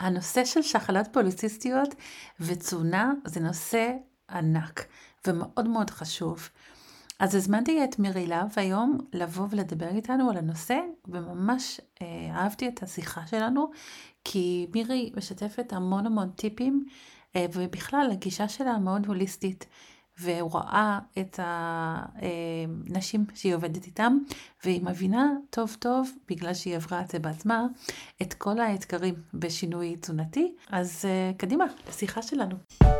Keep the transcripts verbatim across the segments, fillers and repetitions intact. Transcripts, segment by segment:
הנושא של שחלת פוליציסטיות ותזונה זה נושא ענק ומאוד מאוד חשוב. אז הזמנתי את מירי להב היום לבוא ולדבר איתנו על הנושא, וממש אה, אהבתי את השיחה שלנו, כי מירי משתפת המון המון טיפים, אה, ובכלל הגישה שלה מאוד הוליסטית, ורואה את הנשים שהיא עובדת איתם, והיא מבינה טוב טוב, בגלל שהיא עברה את זה בעצמה, את כל האתגרים בשינוי תזונתי. אז אה, קדימה, לשיחה שלנו.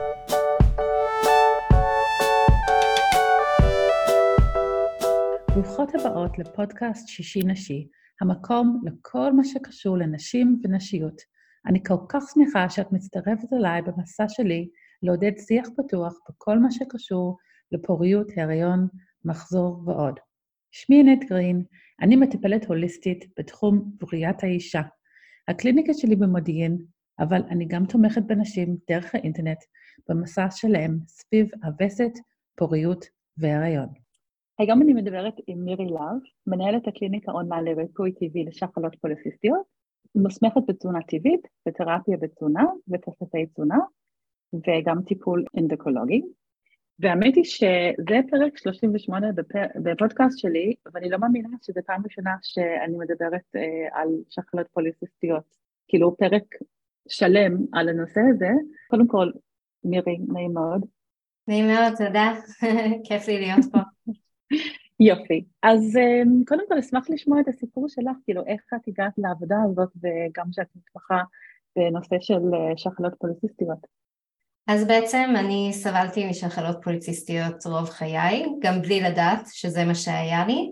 ברוכות הבאות לפודקאסט שישי נשי, המקום לכל מה שקשור לנשים ונשיות. אני כל כך שמחה שאת מצטרפת אליי במסע שלי לעודד שיח פתוח בכל מה שקשור לפוריות, הריון, מחזור ועוד. שמי ענת גרין, אני מטפלת הוליסטית בתחום בריאת האישה. הקליניקה שלי במודיעין, אבל אני גם תומכת בנשים דרך האינטרנט במסע שלהם סביב הווסת, פוריות והריון. היום אני מדברת עם מירי להב, מנהלת הקליניקה אונליין לריפוי טבעי לשחלות פוליציסטיות, מוסמכת בתזונה טבעית, בתרפיה בתזונה ותוספי תזונה, וגם טיפול אנדוקולוגי. והאמת היא שזה פרק שלושים ושמונה בפר... בפודקאסט שלי, ואני לא מאמינה שזה פעם ראשונה שאני מדברת אה, על שחלות פוליציסטיות, כאילו פרק שלם על הנושא הזה. קודם כל, מירי, נעים מאוד. נעים מאוד, תודה, כיף לי להיות פה. יופי, אז קודם כל אשמח לשמוע את הסיפור שלך, כאילו איך את הגעת לעבודה הזאת וגם שאת מתמחה בנושא של שחלות פוליציסטיות. אז בעצם אני סבלתי משחלות פוליציסטיות רוב חיי, גם בלי לדעת שזה מה שהיה לי.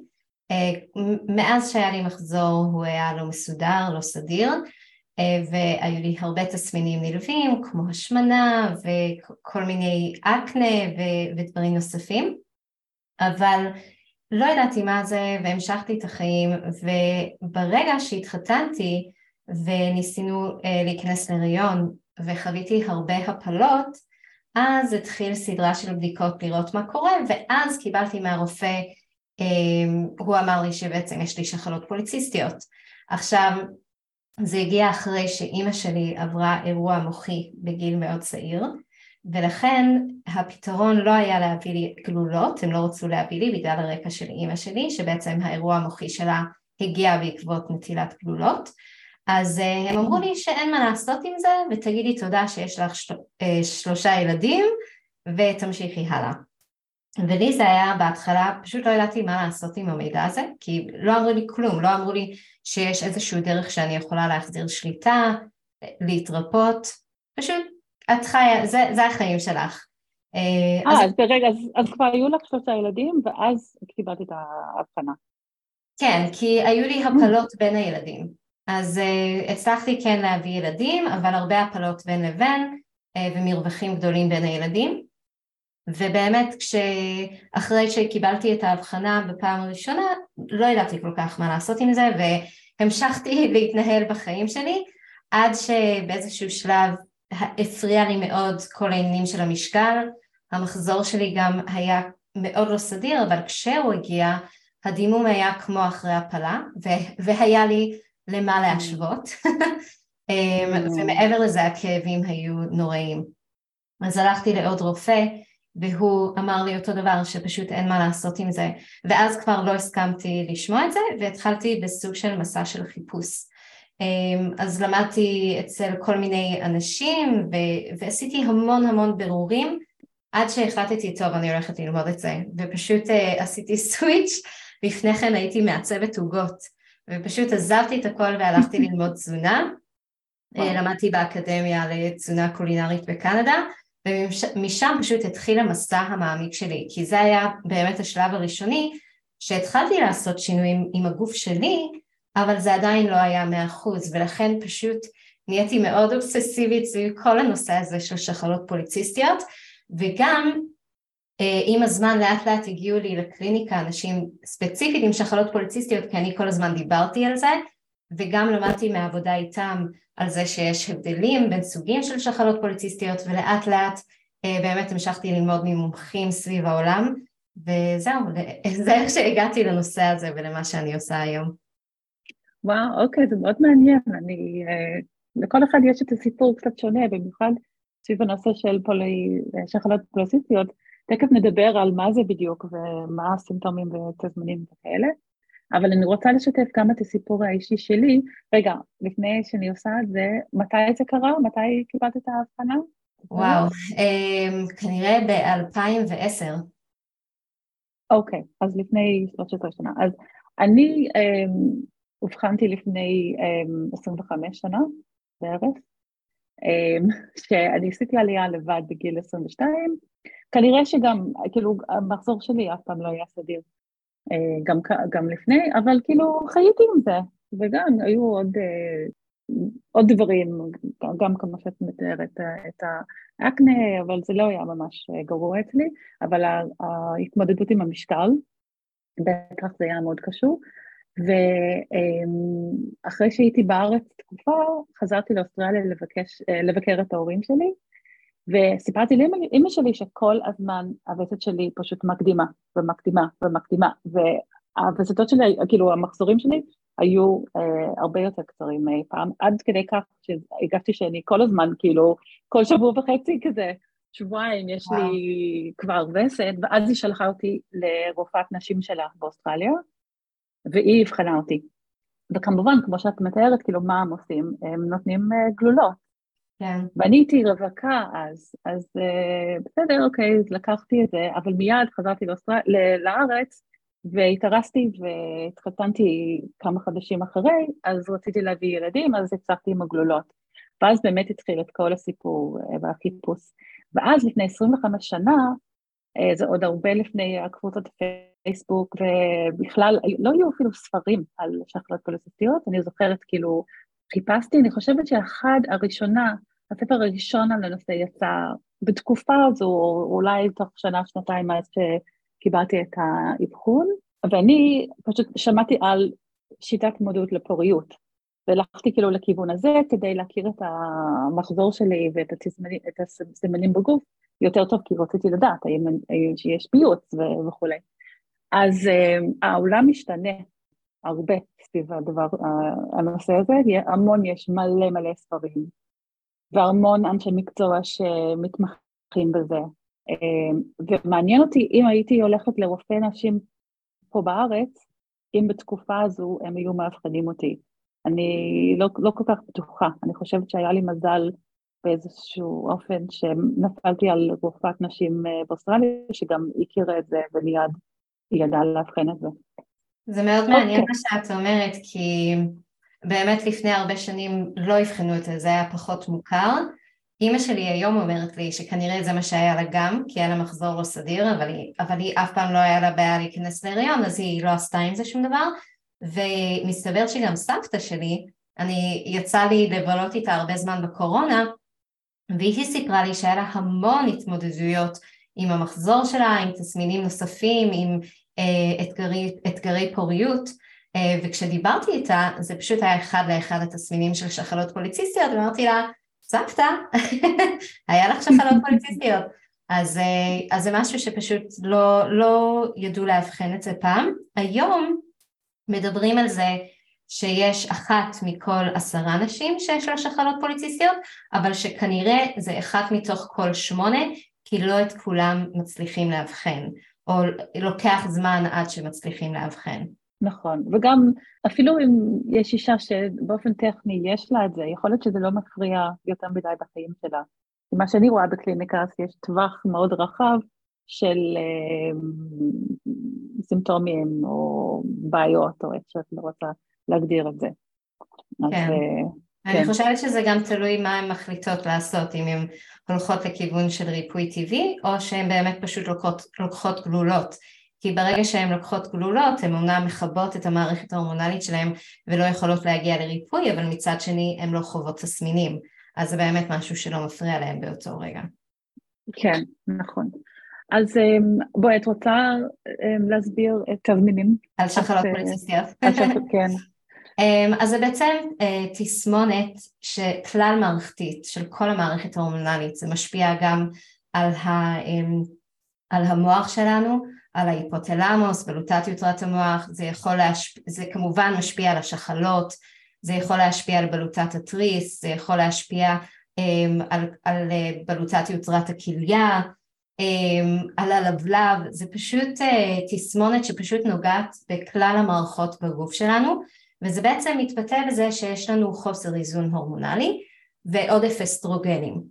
מאז שהיה לי מחזור הוא היה לא מסודר, לא סדיר, והיו לי הרבה תסמינים נלווים כמו השמנה וכל מיני אקנה ודברים נוספים, אבל לא ידעתי מה זה והמשכתי את החיים, וברגע שהתחתנתי וניסינו אה, להיכנס להיריון וחוויתי הרבה הפלות, אז התחיל סדרה של בדיקות לראות מה קורה, ואז קיבלתי מהרופא, אה, הוא אמר לי שבעצם יש לי שחלות פוליציסטיות. עכשיו, זה הגיע אחרי שאימא שלי עברה אירוע מוחי בגיל מאוד צעיר, ולכן הפתרון לא היה להביא לי גלולות, הם לא רצו להביא לי בגלל הרקע של אימא שלי, שבעצם האירוע המוחי שלה הגיע בעקבות נטילת גלולות, אז הם אמרו לי שאין מה לעשות עם זה, ותגידי תודה שיש לך של... שלושה ילדים, ותמשיכי הלאה. ולי זה היה בהתחלה, פשוט לא ידעתי מה לעשות עם המידע הזה, כי לא אמרו לי כלום, לא אמרו לי שיש איזשהו דרך שאני יכולה להחזיר שליטה, להתרפות, פשוט את חיה, זה, זה החיים שלך. אה, אז, אז ברגע, אז, אז כבר היו לך שלושה ילדים, ואז קיבלת את ההבחנה. כן, כי היו לי הפלות בין הילדים. אז uh, הצלחתי כן להביא ילדים, אבל הרבה הפלות בין לבין, uh, ומרווחים גדולים בין הילדים. ובאמת, כשאחרי שקיבלתי את ההבחנה בפעם הראשונה, לא ידעתי כל כך מה לעשות עם זה, והמשכתי להתנהל בחיים שלי, עד שבאיזשהו שלב, הפריע לי מאוד כל העניינים של המשקל, המחזור שלי גם היה מאוד לא סדיר, אבל כשהוא הגיע, הדימום היה כמו אחרי הפלה, והיה לי למה להשוות, ומעבר לזה הכאבים היו נוראים. אז הלכתי לעוד רופא, והוא אמר לי אותו דבר שפשוט אין מה לעשות עם זה, ואז כבר לא הסכמתי לשמוע את זה, והתחלתי בסוג של מסע של חיפוש. אז למדתי אצל כל מיני אנשים, ו- ועשיתי המון המון ברורים, עד שהחלטתי טוב אני הולכת ללמוד את זה, ופשוט uh, עשיתי סוויץ', לפני כן הייתי מעצבת עוגות, ופשוט עזבתי את הכל והלכתי ללמוד תזונה, למדתי באקדמיה לתזונה קולינרית בקנדה, ומשם פשוט התחיל המסע המעמיק שלי, כי זה היה באמת השלב הראשוני, שהתחלתי לעשות שינויים עם הגוף שלי, אבל זה עדיין לא היה מאה אחוז, ולכן פשוט נהייתי מאוד אובססיבית סביב כל הנושא הזה של שחלות פוליציסטיות, וגם עם הזמן לאט לאט הגיעו לי לקליניקה אנשים ספציפית עם שחלות פוליציסטיות, כי אני כל הזמן דיברתי על זה, וגם למדתי מהעבודה איתם על זה שיש הבדלים בין סוגים של שחלות פוליציסטיות, ולאט לאט באמת המשכתי ללמוד ממומחים סביב העולם, וזהו, זה איך שהגעתי לנושא הזה ולמה שאני עושה היום. וואו, אוקיי, זה מאוד מעניין. אני לכל אחד יש את הסיפור קצת שונה, במיוחד סביב הנושא של פולי, שחלות פוליציסטיות, תכף נדבר על מה זה בדיוק ומה הסימפטומים ותזמנים וכאלה, אבל אני רוצה לשתף גם את הסיפור האישי שלי. רגע, לפני שאני עושה את זה, מתי זה קרה? מתי קיבלת את ההבחנה? וואו, כנראה ב-אלפיים ועשר. אוקיי, אז לפני שלוש עשרה שנה. אז אני הבחנתי לפני עשרים וחמש שנה בערך, שאני עשיתי עלייה לבד בגיל עשרים ושתיים, כנראה שגם, כאילו, המחזור שלי אף פעם לא היה סדיר, גם, גם לפני, אבל כאילו חייתי עם זה, וגם היו עוד, עוד דברים, גם כמו שאת מתארת את האקנה, אבל זה לא היה ממש גרוע אצלי, אבל ההתמודדות עם המשקל, בטח זה היה מאוד קשור, ואחרי שהייתי בארץ תקופה, חזרתי לאוסטרליה לבקש, לבקר את ההורים שלי, וסיפרתי לאמא שלי שכל הזמן הווסת שלי פשוט מקדימה, ומקדימה, ומקדימה, והווסתות שלי, כאילו המחזורים שלי, היו אה, הרבה יותר קצרים אי פעם, עד כדי כך שהגעתי שאני כל הזמן, כאילו, כל שבוע וחצי כזה, שבועיים יש וואו. לי כבר וסת, ואז היא שלחה אותי לרופאת נשים שלה באוסטרליה, והיא הבחנה אותי. וכמובן, כמו שאת מתארת, כאילו, מה הם עושים? הם נותנים uh, גלולות. כן. ואני הייתי רווקה אז, אז uh, בסדר, אוקיי, אז לקחתי את זה, אבל מיד חזרתי לאוסטר... לארץ, והתארסתי והתחתנתי כמה חודשים אחרי, אז רציתי להביא ילדים, אז הצלחתי עם הגלולות. ואז באמת התחיל את כל הסיפור והחיפוש. ואז לפני עשרים וחמש שנה, זה עוד הרבה לפני הקבוצות פייסבוק, ובכלל לא היו אפילו ספרים על שחלות פוליציסטיות, אני זוכרת כאילו, חיפשתי, אני חושבת שאחד הראשונה, הספר הראשון על הנושא יצא בתקופה הזו, אולי תוך שנה, שנתיים מאז שקיבלתי את האבחון, ואני פשוט שמעתי על שיטת מודעות לפוריות, והלכתי כאילו לכיוון הזה, כדי להכיר את המחזור שלי ואת הסימנים, את הסימנים בגוף, יותר טוב, כי רציתי לדעת, האם שיש פיוץ וכו'. אז העולם משתנה הרבה סביב הדבר, הנושא הזה, המון יש מלא מלא ספרים, והמון אנשי מקצוע שמתמחים בזה, ומעניין אותי אם הייתי הולכת לרופא נשים פה בארץ, אם בתקופה הזו הם היו מאבחנים אותי. אני לא, לא כל כך בטוחה, אני חושבת שהיה לי מזל באיזשהו אופן שנפלתי על רופאת נשים באוסטרליה, שגם הכירה את זה ומיד היא ידעה להבחן את זה. זה מאוד מעניין מה שאת אומרת, כי באמת לפני הרבה שנים לא הבחנו את זה, זה היה פחות מוכר. אמא שלי היום אומרת לי שכנראה זה מה שהיה לה גם, כי היה לה מחזור לא סדיר, אבל היא, אבל היא אף פעם לא היה לה בעיה להיכנס להיריון, אז היא לא עשתה עם זה שום דבר. ומסתבר שגם סבתא שלי, אני יצא לי לבלות איתה הרבה זמן בקורונה, והיא סיפרה לי שהיה לה המון התמודדויות עם המחזור שלה, עם תסמינים נוספים, עם אה, אתגרי, אתגרי פוריות, אה, וכשדיברתי איתה, זה פשוט היה אחד לאחד התסמינים של שחלות פוליציסטיות, ואמרתי לה, סבתא, היה לך שחלות פוליציסטיות. אז, אה, אז זה משהו שפשוט לא, לא ידעו להבחן את זה פעם. היום מדברים על זה שיש אחת מכל עשרה נשים שיש לה שחלות פוליציסטיות, אבל שכנראה זה אחת מתוך כל שמונה, כי לא את כולם מצליחים להבחן, או לוקח זמן עד שמצליחים להבחן. נכון, וגם אפילו אם יש אישה שבאופן טכני יש לה את זה, יכול להיות שזה לא מפריע יותר מדי בחיים שלה. מה שאני רואה בקליניקה, יש טווח מאוד רחב של אה, סימפטומים או בעיות, או איך שאת לא רוצה להגדיר את זה. כן. אז, אני כן. חושבת שזה גם תלוי מה הן מחליטות לעשות, אם הן הולכות לכיוון של ריפוי טבעי, או שהן באמת פשוט לוקחות, לוקחות גלולות. כי ברגע שהן לוקחות גלולות, הן אומנם מחבות את המערכת ההורמונלית שלהן, ולא יכולות להגיע לריפוי, אבל מצד שני הן לא חוות תסמינים. אז זה באמת משהו שלא מפריע להן באותו רגע. כן, נכון. אז בואי, את רוצה להסביר את תסמינים? על שחלות פוליציסטיות. כן. אז זה בעצם תסמונת שכלל מערכתית של כל המערכת ההורמונלית, זה משפיע גם על, ה, על המוח שלנו, על ההיפותלמוס, בלוטת יותרת המוח, זה יכול להשפיע, זה כמובן משפיע על השחלות, זה יכול להשפיע על בלוטת התריס, זה יכול להשפיע על, על בלוטת יוצרת הכליה, על הלבלב, זה פשוט תסמונת שפשוט נוגעת בכלל המערכות בגוף שלנו, וזה בעצם מתבטא בזה שיש לנו חוסר איזון הורמונלי ועודף אסטרוגנים.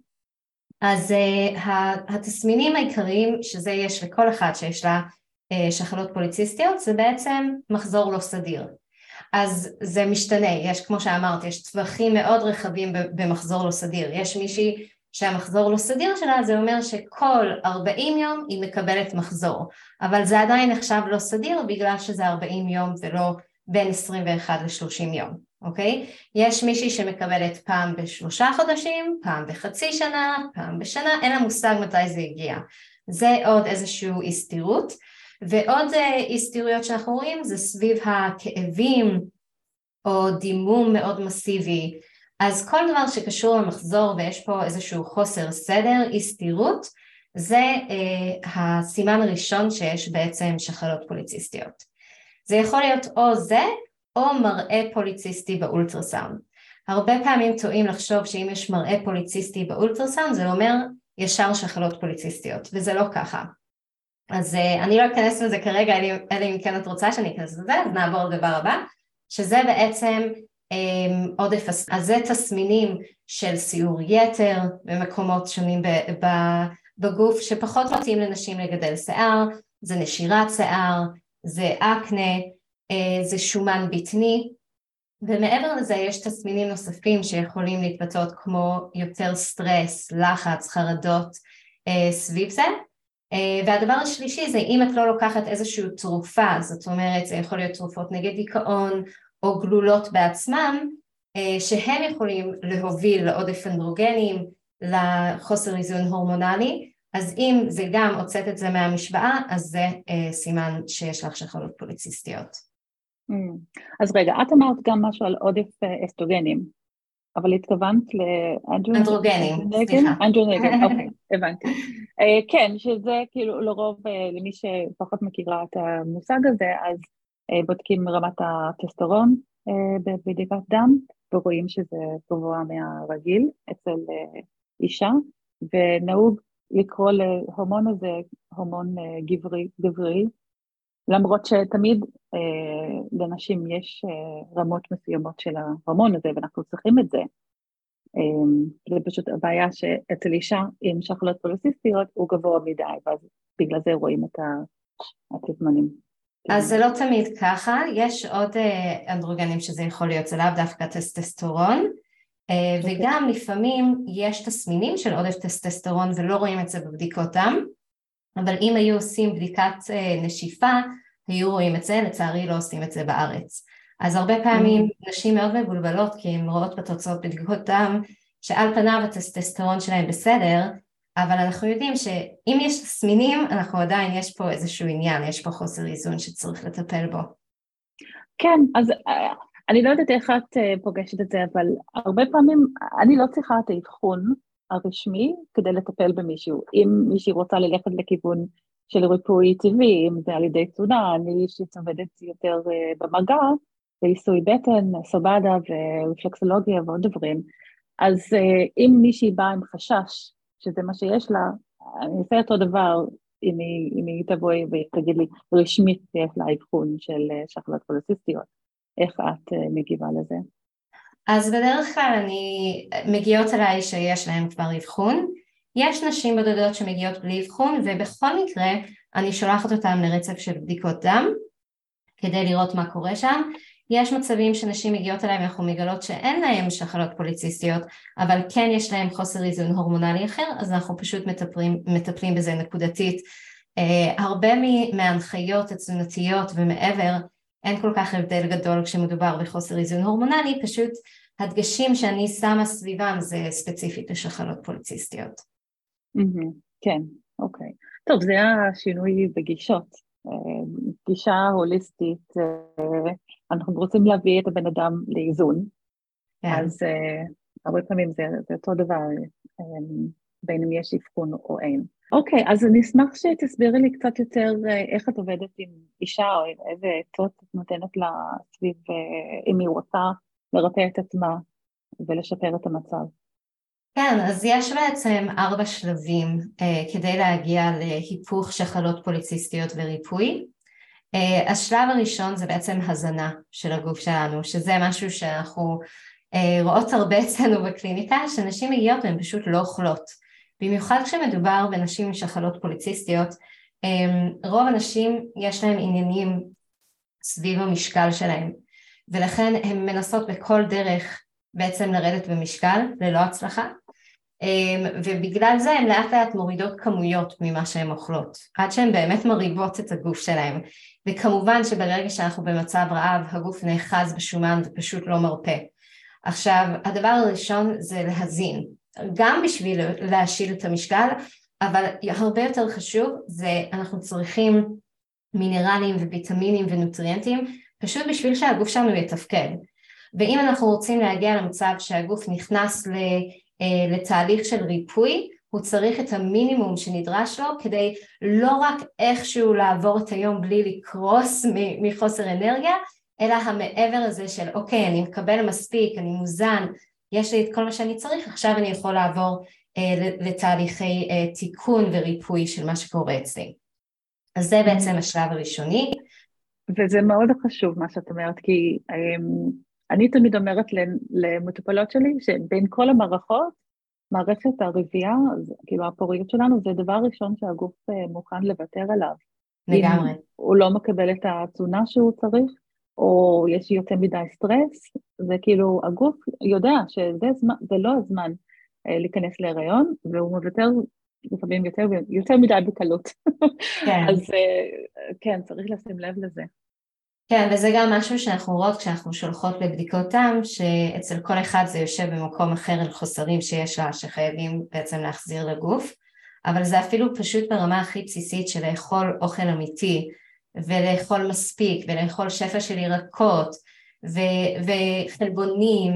אז התסמינים העיקריים שזה יש לכל אחד שיש לה שחלות פוליציסטיות, זה בעצם מחזור לא סדיר. אז זה משתנה, יש כמו שאמרת, יש טווחים מאוד רחבים במחזור לא סדיר, יש מישהי שהמחזור לא סדיר שלה, זה אומר שכל ארבעים יום היא מקבלת מחזור, אבל זה עדיין נחשב לא סדיר בגלל שזה ארבעים יום ולא בין עשרים ואחד ל-שלושים יום, אוקיי? יש מישהי שמקבלת פעם בשלושה חודשים, פעם בחצי שנה, פעם בשנה, אין לה מושג מתי זה הגיע. זה עוד איזשהו הסתירות, ועוד הסתירויות שאנחנו רואים זה סביב הכאבים או דימום מאוד מסיבי. אז כל דבר שקשור למחזור ויש פה איזשהו חוסר סדר, הסתירות, זה אה, הסימן הראשון שיש בעצם שחלות פוליציסטיות. זה יכול להיות או זה או מראה פוליציסטי באולטרסאונד. הרבה פעמים טועים לחשוב שאם יש מראה פוליציסטי באולטרסאונד זה אומר ישר שחלות פוליציסטיות, וזה לא ככה. אז uh, אני לא אכנס לזה כרגע, אלא אם כן את רוצה שאני אכנס לזה, אז נעבור לדבר הבא, שזה בעצם um, עודף, אז זה תסמינים של סיור יתר במקומות שונים ב- ב- בגוף, שפחות מתאים לנשים לגדל שיער, זה נשירת שיער, זה אקנה, uh, זה שומן בטני, ומעבר לזה יש תסמינים נוספים שיכולים להתבטאות כמו יותר סטרס, לחץ, חרדות uh, סביב זה, והדבר השלישי זה אם את לא לוקחת איזושהי תרופה, זאת אומרת זה יכול להיות תרופות נגד דיכאון או גלולות בעצמם, שהם יכולים להוביל לעודף אנדרוגנים, לחוסר איזון הורמונלי, אז אם זה גם הוצאת את זה מהמשוואה, אז זה סימן שיש לך שחלות פוליציסטיות. אז רגע, את אמרת גם משהו על עודף אסטרוגנים. אבל התכוונת לאנדרוגנים, סליחה. אנדרוגנים, אוקיי, הבנתי. כן, שזה כאילו לרוב, למי שפחות מכירה את המושג הזה, אז בודקים רמת הטסטוסטרון בבדיקת דם, ורואים שזה גבוה מהרגיל אצל אישה, ונהוג לקרוא להורמון הזה הורמון גברי, גברי, למרות שתמיד אה, לנשים יש אה, רמות מסוימות של ההורמון הזה, ואנחנו צריכים את זה. אה, זה פשוט הבעיה שאצל אישה עם שחלות פוליציסטיות הוא גבוה מדי, ואז בגלל זה רואים את התסמנים. אז זה לא תמיד ככה, יש עוד אה, אנדרוגנים שזה יכול להיות, זה לאו דווקא טסטוסטרון, אה, okay. וגם לפעמים יש תסמינים של עודף טסטוסטרון ולא רואים את זה בבדיקות דם, אבל אם היו עושים בדיקת אה, נשיפה, היו רואים את זה, לצערי לא עושים את זה בארץ. אז הרבה פעמים mm-hmm. נשים מאוד מבולבלות, כי הן רואות בתוצאות בדיקות דם, שעל פניו הטסטוסטרון שלהם בסדר, אבל אנחנו יודעים שאם יש תסמינים, אנחנו עדיין, יש פה איזשהו עניין, יש פה חוסר איזון שצריך לטפל בו. כן, אז אני לא יודעת איך את פוגשת את זה, אבל הרבה פעמים אני לא צריכה את האבחון הרשמי כדי לטפל במישהו. אם מישהי רוצה ללכת לכיוון של ריפוי טבעי, אם זה על ידי תזונה, אני אישית עובדת יותר במגע, ועיסוי בטן, סובדה ורפלקסולוגיה ועוד דברים. אז אם מישהי באה עם חשש, שזה מה שיש לה, אני אעשה אותו דבר אם היא, אם היא תבואי ותגיד לי רשמית יש לה אבחון של שחלות פוליציסטיות. איך את מגיבה לזה? אז בדרך כלל אני מגיעות אליי שיש להם כבר אבחון, יש נשים בודדות שמגיעות בלי אבחון, ובכל מקרה אני שולחת אותם לרצף של בדיקות דם, כדי לראות מה קורה שם. יש מצבים שנשים מגיעות אליי ואנחנו מגלות שאין להם שחלות פוליציסטיות, אבל כן יש להם חוסר איזון הורמונלי אחר, אז אנחנו פשוט מטפלים, מטפלים בזה נקודתית. Uh, הרבה מההנחיות התזונתיות ומעבר, אין כל כך הבדל גדול כשמדובר בחוסר איזון הורמונלי, פשוט הדגשים שאני שמה סביבם זה ספציפית לשחלות פוליציסטיות. Mm-hmm. כן, אוקיי. טוב, זה השינוי בגישות. גישה הוליסטית, אנחנו רוצים להביא את הבן אדם לאיזון, כן. אז הרבה פעמים זה, זה אותו דבר, בין אם יש אבחון או אין. אוקיי, אז אני אשמח שתסבירי לי קצת יותר איך את עובדת עם אישה, או איזה עצות את נותנת לה סביב, אם היא רוצה לרפא את עצמה ולשפר את המצב? כן, אז יש בעצם ארבע שלבים אה, כדי להגיע להיפוך שחלות פוליציסטיות וריפוי. Uh, השלב הראשון זה בעצם הזנה של הגוף שלנו, שזה משהו שאנחנו uh, רואות הרבה אצלנו בקליניקה, שנשים מגיעות והן פשוט לא אוכלות. במיוחד כשמדובר בנשים עם שחלות פוליציסטיות, um, רוב הנשים יש להם עניינים סביב המשקל שלהם, ולכן הן מנסות בכל דרך בעצם לרדת במשקל, ללא הצלחה. ובגלל זה הן לאט לאט מורידות כמויות ממה שהן אוכלות, עד שהן באמת מריבות את הגוף שלהן, וכמובן שברגע שאנחנו במצב רעב, הגוף נאחז בשומן ופשוט לא מרפא. עכשיו, הדבר הראשון זה להזין, גם בשביל להשיל את המשקל, אבל הרבה יותר חשוב זה אנחנו צריכים מינרלים וויטמינים ונוטריאנטים, פשוט בשביל שהגוף שלנו יתפקד. ואם אנחנו רוצים להגיע למצב שהגוף נכנס ל... לתהליך של ריפוי, הוא צריך את המינימום שנדרש לו, כדי לא רק איכשהו לעבור את היום בלי לקרוס מחוסר אנרגיה, אלא המעבר הזה של אוקיי, אני מקבל מספיק, אני מוזן, יש לי את כל מה שאני צריך, עכשיו אני יכול לעבור אה, לתהליכי אה, תיקון וריפוי של מה שקורה אצלי. אז זה בעצם השלב הראשוני. וזה מאוד חשוב מה שאת אומרת, כי אני תמיד אומרת למטופלות שלי, שבין כל המערכות, מערכת הרבייה, כאילו הפוריות שלנו, זה דבר ראשון שהגוף מוכן לוותר עליו. לגמרי. הוא לא מקבל את התזונה שהוא צריך, או יש יותר מדי סטרס, זה כאילו הגוף יודע שזה זמן, זה לא הזמן להיכנס להיריון, והוא מוותר לפעמים יותר, יותר מדי בקלות. כן. אז כן, צריך לשים לב לזה. כן, וזה גם משהו שאנחנו רואות כשאנחנו שולחות בבדיקות דם, שאצל כל אחד זה יושב במקום אחר על חוסרים שיש לה, שחייבים בעצם להחזיר לגוף, אבל זה אפילו פשוט ברמה הכי בסיסית של לאכול אוכל אמיתי, ולאכול מספיק, ולאכול שפע של ירקות, ו- וחלבונים,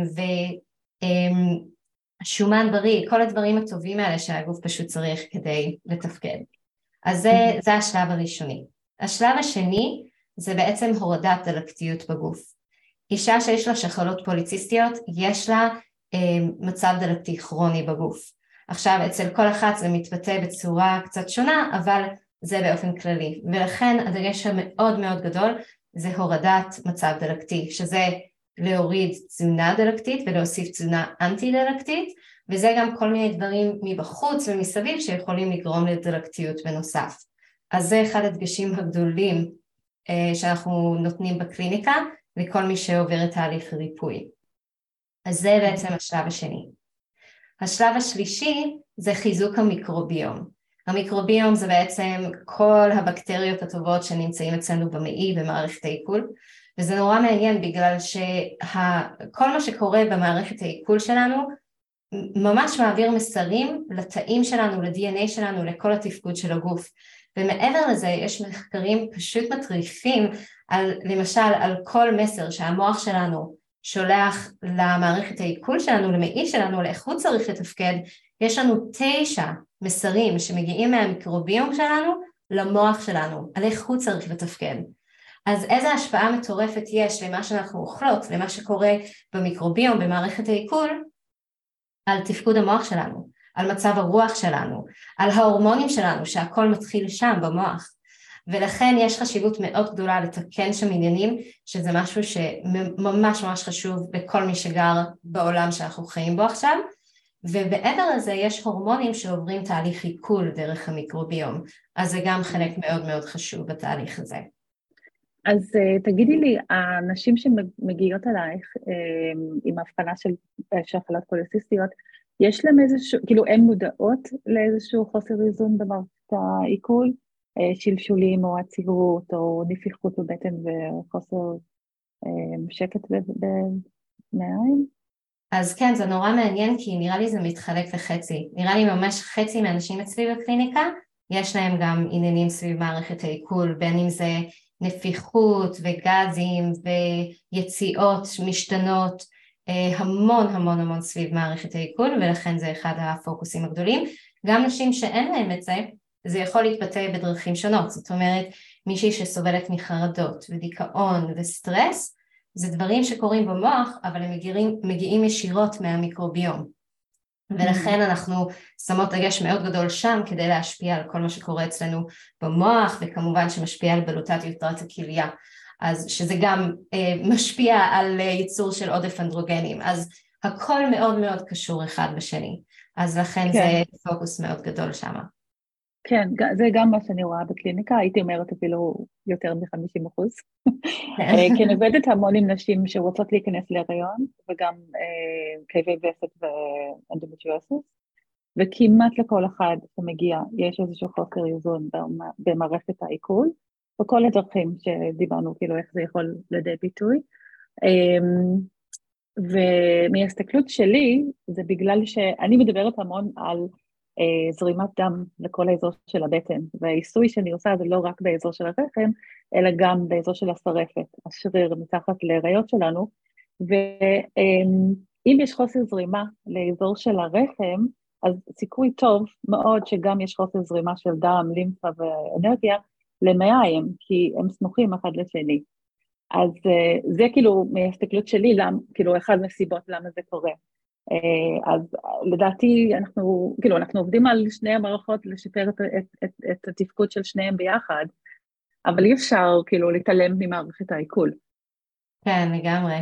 ושומן בריא, כל הדברים הטובים האלה שהגוף פשוט צריך כדי לתפקד. אז זה, זה השלב הראשוני. השלב השני, זה בעצם הורדת דלקתיות בגוף. אישה שיש לה שחלות פוליציסטיות, יש לה אה, מצב דלקתי כרוני בגוף. עכשיו, אצל כל אחת זה מתבטא בצורה קצת שונה, אבל זה באופן כללי. ולכן הדגש המאוד מאוד גדול זה הורדת מצב דלקתי, שזה להוריד תזונה דלקתית ולהוסיף תזונה אנטי דלקתית, וזה גם כל מיני דברים מבחוץ ומסביב שיכולים לגרום לדלקתיות בנוסף. אז זה אחד הדגשים הגדולים שאנחנו נותנים בקליניקה לכל מי שעובר את תהליך ריפוי. אז זה בעצם השלב השני. השלב השלישי זה חיזוק המיקרוביום. המיקרוביום זה בעצם כל הבקטריות הטובות שנמצאים אצלנו במעי במערכת העיכול, וזה נורא מעניין בגלל שכל מה שקורה במערכת העיכול שלנו ממש מעביר מסרים לתאים שלנו, ל-די אן איי שלנו, לכל התפקוד של הגוף. ומעבר לזה יש מחקרים פשוט מטריפים על, למשל, על כל מסר שהמוח שלנו שולח למערכת העיכול שלנו, למעי שלנו, לאיך הוא צריך לתפקד, יש לנו תשע מסרים שמגיעים מהמיקרוביום שלנו למוח שלנו, על איך הוא צריך לתפקד. אז איזו השפעה מטורפת יש למה שאנחנו אוכלות, למה שקורה במיקרוביום, במערכת העיכול, על תפקוד המוח שלנו. על מצב הרוח שלנו, על ההורמונים שלנו, שהכל מתחיל שם במוח. ולכן יש חשיבות מאוד גדולה לתקן שם עניינים, שזה משהו שממש ממש חשוב בכל מי שגר בעולם שאנחנו חיים בו עכשיו, ובעבר לזה יש הורמונים שעוברים תהליך עיכול דרך המיקרוביום, אז זה גם חלק מאוד מאוד חשוב בתהליך הזה. אז תגידי לי, הנשים שמגיעות אלייך עם ההבחנה של שחלות פוליציסטיות, יש להם איזשהו, כאילו הן מודעות לאיזשהו חוסר איזון במערכת העיכול, שלשולים או עצירות או נפיחות בבטן וחוסר שקט במעיים? אז כן, זה נורא מעניין כי נראה לי זה מתחלק לחצי. נראה לי ממש חצי מהאנשים אצלי בקליניקה, יש להם גם עניינים סביב מערכת העיכול, בין אם זה נפיחות וגזים ויציאות משתנות, המון המון המון סביב מערכת העיכול, ולכן זה אחד הפוקוסים הגדולים. גם נשים שאין להם את זה, זה יכול להתבטא בדרכים שונות. זאת אומרת, מישהי שסובלת מחרדות ודיכאון וסטרס, זה דברים שקורים במוח, אבל הם מגיעים, מגיעים ישירות מהמיקרוביום. ולכן אנחנו שמות דגש מאוד גדול שם כדי להשפיע על כל מה שקורה אצלנו במוח, וכמובן שמשפיע על בלוטת יתרת הכליה, אז שזה גם אה, משפיע על ייצור של עודף אנדרוגנים, אז הכל מאוד מאוד קשור אחד בשני, אז לכן כן. זה פוקוס מאוד גדול שם. כן, זה גם מה שאני רואה בקליניקה, הייתי אומרת אפילו יותר מ-חמישים אחוז. כי אני עובדת המון עם נשים שרוצות להיכנס להיריון, וגם כאבי וסת ואנדומטריוזיס, וכמעט לכל אחד שמגיע יש איזשהו חוסר איזון במערכת העיכול, וכל הדרכים שדיברנו, כאילו איך זה יכול לידי ביטוי. ומהסתכלות שלי, זה בגלל שאני מדברת המון על זרימת דם לכל האזור של הבטן, והעיסוי שאני עושה זה לא רק באזור של הרחם, אלא גם באזור של השרפת, השריר מתחת לריאות שלנו, ואם יש חוסר זרימה לאזור של הרחם, אז סיכוי טוב מאוד שגם יש חוסר זרימה של דם, לימפה ואנרגיה למעיים, כי הם סמוכים אחד לשני. אז זה כאילו מהסתכלות שלי, למ, כאילו אחד מהסיבות למה זה קורה. אז לדעתי אנחנו, כאילו אנחנו עובדים על שני המערכות לשפר את, את, את, את התפקוד של שניהם ביחד, אבל אי אפשר כאילו להתעלם ממערכת העיכול. כן, לגמרי.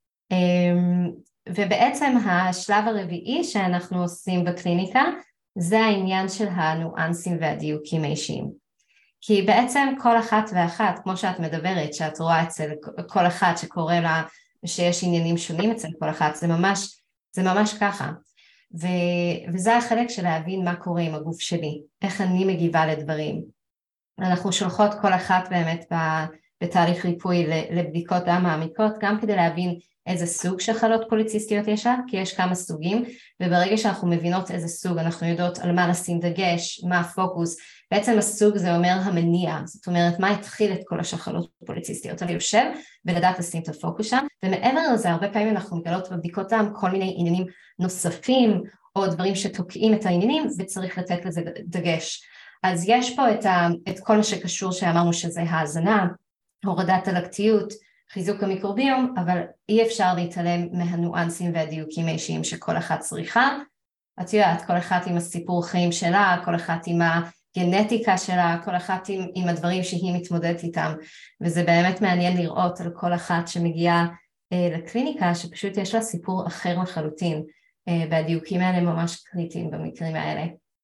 ובעצם השלב הרביעי שאנחנו עושים בקליניקה, זה העניין של הניואנסים והדיוקים האישיים. כי בעצם כל אחת ואחת, כמו שאת מדברת, שאת רואה אצל כל אחת שקורה לה, שיש עניינים שונים אצל כל אחת, זה ממש, זה ממש ככה. ו, וזה החלק של להבין מה קורה עם הגוף שלי, איך אני מגיבה לדברים. אנחנו שולחות כל אחת באמת בתהליך ריפוי לבדיקות דם מעמיקות, גם כדי להבין איזה סוג של חלות פוליציסטיות יש לה, כי יש כמה סוגים, וברגע שאנחנו מבינות איזה סוג, אנחנו יודעות על מה לשים דגש, מה הפוקוס, בעצם הסוג זה אומר המניע, זאת אומרת מה התחיל את כל השחלות פוליציסטיות, אני יושב ולדעת לשים את הפוקוס שם, ומעבר לזה הרבה פעמים אנחנו מגלות בבדיקות דם כל מיני עניינים נוספים, או דברים שתוקעים את העניינים, וצריך לתת לזה דגש. אז יש פה את, ה, את כל מה שקשור שאמרנו שזה ההזנה, הורדת הלקטיות, חיזוק המיקרוביום, אבל אי אפשר להתעלם מהניואנסים והדיוקים האישיים שכל אחת צריכה. את יודעת, כל אחת עם הסיפור חיים שלה, כל אחת עם הגנטיקה שלה, כל אחת עם, עם הדברים שהיא מתמודדת איתם, וזה באמת מעניין לראות על כל אחת שמגיעה אה, לקליניקה, שפשוט יש לה סיפור אחר לחלוטין, אה, והדיוקים האלה ממש קריטיים במקרים האלה.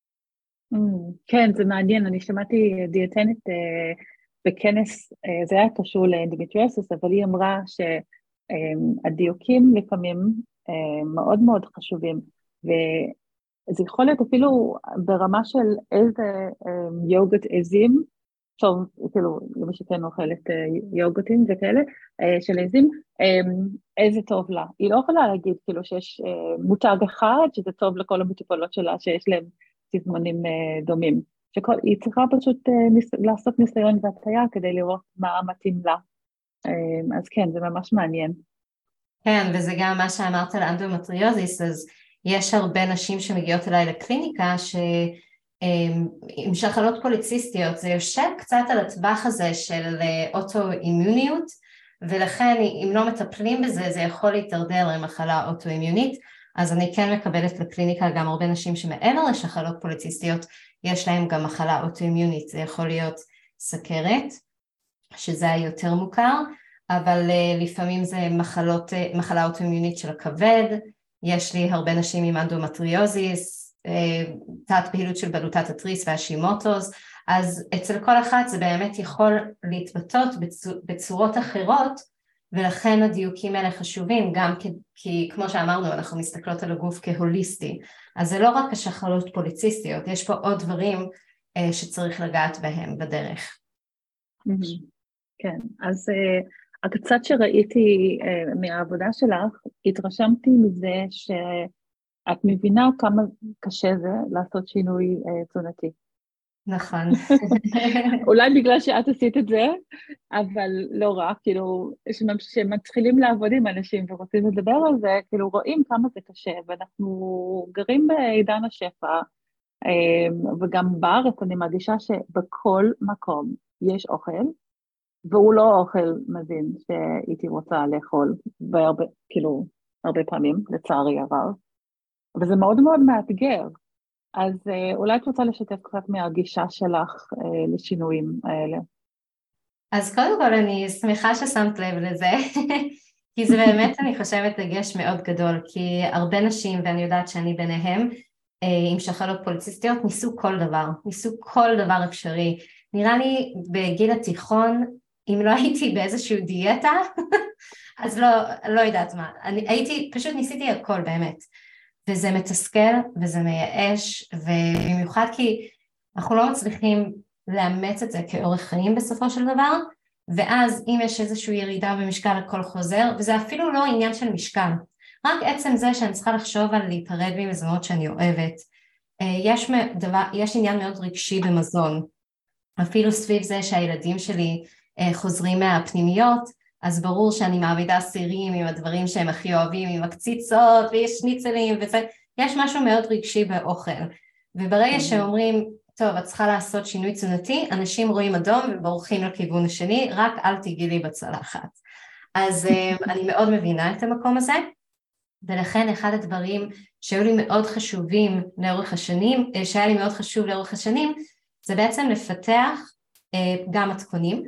כן, זה מעניין, אני שמעתי דיאטנית בכנס, זה היה קשור לאנדומטריוזיס, אבל היא אמרה שהדיוקים לפעמים מאוד מאוד חשובים, וזה יכול להיות אפילו ברמה של איזה יוגורט עזים, טוב, כאילו, למי שכן אוכלת יוגורטים וכאלה, של עזים, איזה טוב לה. היא לא יכולה להגיד כאילו שיש מותג אחד שזה טוב לכל המטופלות שלה, שיש להם תזמונים דומים. שהיא צריכה פשוט לעשות ניסיון והטעיה כדי לראות מה מתאים לה. אז כן, זה ממש מעניין. כן, וזה גם מה שאמרת על אנדומטריוזיס, אז יש הרבה נשים שמגיעות אליי לקליניקה, שעם שחלות פוליציסטיות, זה יושב קצת על הטווח הזה של אוטואימוניות, ולכן אם לא מטפלים בזה, זה יכול להתדרדר למחלה אוטואימונית, אז אני כן מקבלת לקליניקה גם הרבה נשים שמעבר לשחלות פוליציסטיות, יש להם גם מחלה אוטואימונית, זה יכול להיות סכרת, שזה היותר מוכר, אבל uh, לפעמים זה מחלות, uh, מחלה אוטואימונית של הכבד, יש לי הרבה נשים עם אנדומטריוזיס, uh, תת פעילות של בלוטת התריס והשימוטוז, אז אצל כל אחת זה באמת יכול להתבטאות בצור, בצורות אחרות, ולכן הדיוקים האלה חשובים, גם כי, כי כמו שאמרנו, אנחנו מסתכלות על הגוף כהוליסטי, אז זה לא רק השחלות פוליציסטיות, יש פה עוד דברים אה, שצריך לגעת בהם בדרך. כן, אז אה, הקצת שראיתי אה, מהעבודה שלך, התרשמתי מזה שאת מבינה כמה קשה זה לעשות שינוי אה, תזונתי. נכון. אולי בגלל שאת עשית את זה, אבל לא רק, כאילו, שמתחילים לעבוד עם אנשים ורוצים לדבר על זה, כאילו רואים כמה זה קשה, ואנחנו גרים בעידן השפע, וגם בארץ אני מרגישה שבכל מקום יש אוכל, והוא לא אוכל מזין שהייתי רוצה לאכול, והרבה, כאילו, הרבה פעמים, לצערי הרב, וזה מאוד מאוד מאתגר. אז אולי את רוצה לשתף קצת מהגישה שלך לשינויים האלה. אז קודם כל אני שמחה ששמת לב לזה, כי זה באמת אני חושבת דגש מאוד גדול, כי הרבה נשים, ואני יודעת שאני ביניהם, עם שחלות פוליציסטיות, ניסו כל דבר, ניסו כל דבר אפשרי. נראה לי בגיל התיכון, אם לא הייתי באיזשהו דיאטה, אז לא, לא יודעת מה. אני הייתי, פשוט ניסיתי הכל באמת. וזה מתסכל וזה מייאש, ובמיוחד כי אנחנו לא מצליחים לאמץ את זה כאורח חיים בסופו של דבר, ואז אם יש איזושהי ירידה במשקל הכל חוזר, וזה אפילו לא עניין של משקל, רק עצם זה שאני צריכה לחשוב על להיפרד ממזונות שאני אוהבת. יש, דבר, יש עניין מאוד רגשי במזון, אפילו סביב זה שהילדים שלי חוזרים מהפנימיות, אז ברור שאני מעמידה סירים עם הדברים שהם הכי אוהבים, עם הקציצות ויש שניצלים וזה, יש משהו מאוד רגשי באוכל. וברגע שאומרים, טוב, את צריכה לעשות שינוי תזונתי, אנשים רואים אדום ובורחים לכיוון השני, רק אל תיגעי לי בצלחת. אז אני מאוד מבינה את המקום הזה, ולכן אחד הדברים שהיו לי מאוד חשובים לאורך השנים, שהיה לי מאוד חשוב לאורך השנים, זה בעצם לפתח גם מתכונים,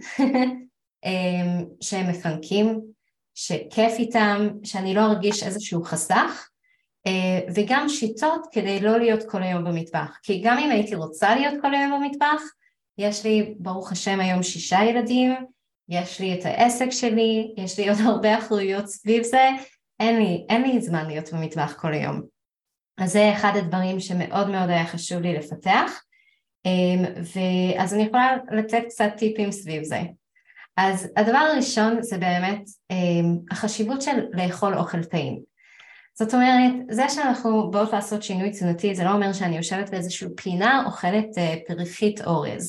שהם מפנקים, שכיף איתם, שאני לא ארגיש איזשהו חסך, וגם שיטות כדי לא להיות כל היום במטבח, כי גם אם הייתי רוצה להיות כל היום במטבח, יש לי ברוך השם היום שישה ילדים, יש לי את העסק שלי, יש לי עוד הרבה אחריות סביב זה, אין לי, אין לי זמן להיות במטבח כל היום. אז זה אחד הדברים שמאוד מאוד היה חשוב לי לפתח, ואז אני יכולה לתת קצת טיפים סביב זה. אז הדבר הראשון זה באמת החשיבות של לאכול אוכל טעים. זאת אומרת, זה שאנחנו באות לעשות שינוי תזונתי, זה לא אומר שאני יושבת באיזושהי פינה, אוכלת פריחית אורז.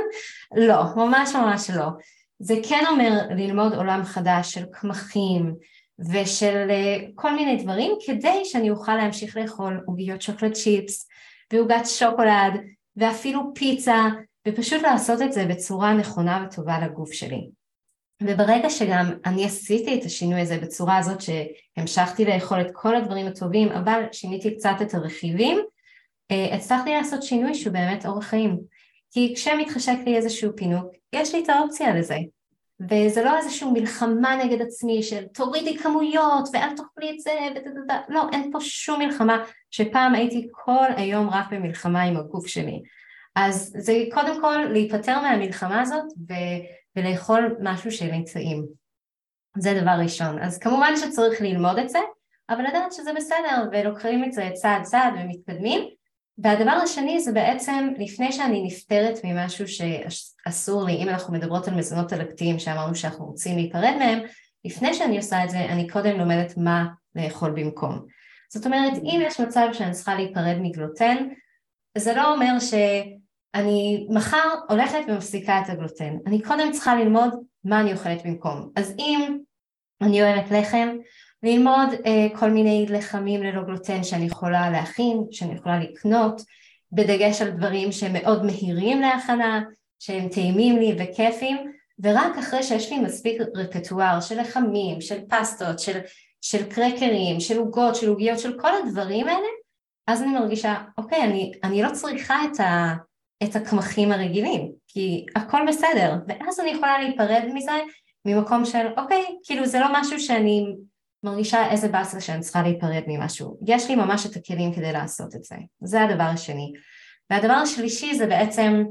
לא, ממש ממש לא. זה כן אומר ללמוד עולם חדש של קמחים, ושל כל מיני דברים, כדי שאני אוכל להמשיך לאכול עוגיות שוקולד צ'יפס, ועוגת שוקולד, ואפילו פיצה, ופשוט לעשות את זה בצורה נכונה וטובה לגוף שלי. וברגע שגם אני עשיתי את השינוי הזה בצורה הזאת שהמשכתי לאכול את כל הדברים הטובים, אבל שיניתי קצת את הרכיבים, הצלחתי לעשות שינוי שהוא באמת אורח חיים. כי כשמתחשק לי איזשהו פינוק, יש לי את האופציה לזה. וזה לא איזשהו מלחמה נגד עצמי של תורידי כמויות ואל תאכלי את זה, ודדדה. לא, אין פה שום מלחמה, שפעם הייתי כל היום רק במלחמה עם הגוף שלי. אז זה קודם כל להיפטר מהמלחמה הזאת ו... ולאכול משהו שלי טעים. זה דבר ראשון. אז כמובן שצריך ללמוד את זה, אבל לדעת שזה בסדר, ולוקחים את זה צעד צעד ומתקדמים. והדבר השני זה בעצם, לפני שאני נפטרת ממשהו שאסור לי, אם אנחנו מדברות על מזונות אלקטיים שאמרנו שאנחנו רוצים להיפרד מהם, לפני שאני עושה את זה, אני קודם לומדת מה לאכול במקום. זאת אומרת, אם יש מצב שאני צריכה להיפרד מגלוטן, זה לא אומר ש... אני מחר הולכת ומפסיקה את הגלוטן. אני קודם צריכה ללמוד מה אני אוכלת במקום. אז אם אני אוהבת לחם, ללמוד אה, כל מיני לחמים ללא גלוטן שאני יכולה להכין, שאני יכולה לקנות, בדגש על דברים שהם מאוד מהירים להכנה, שהם טעימים לי וכיפים, ורק אחרי שיש לי מספיק רפטואר של לחמים, של פסטות, של, של קרקרים, של עוגות, של עוגיות, של כל הדברים האלה, אז אני מרגישה, אוקיי, אני, אני לא צריכה את ה... את הקמחים הרגילים, כי הכל בסדר, ואז אני יכולה להיפרד מזה ממקום של, אוקיי, כאילו זה לא משהו שאני מרגישה איזה באסה שאני צריכה להיפרד ממשהו, יש לי ממש את הכלים כדי לעשות את זה, זה הדבר השני. והדבר השלישי זה בעצם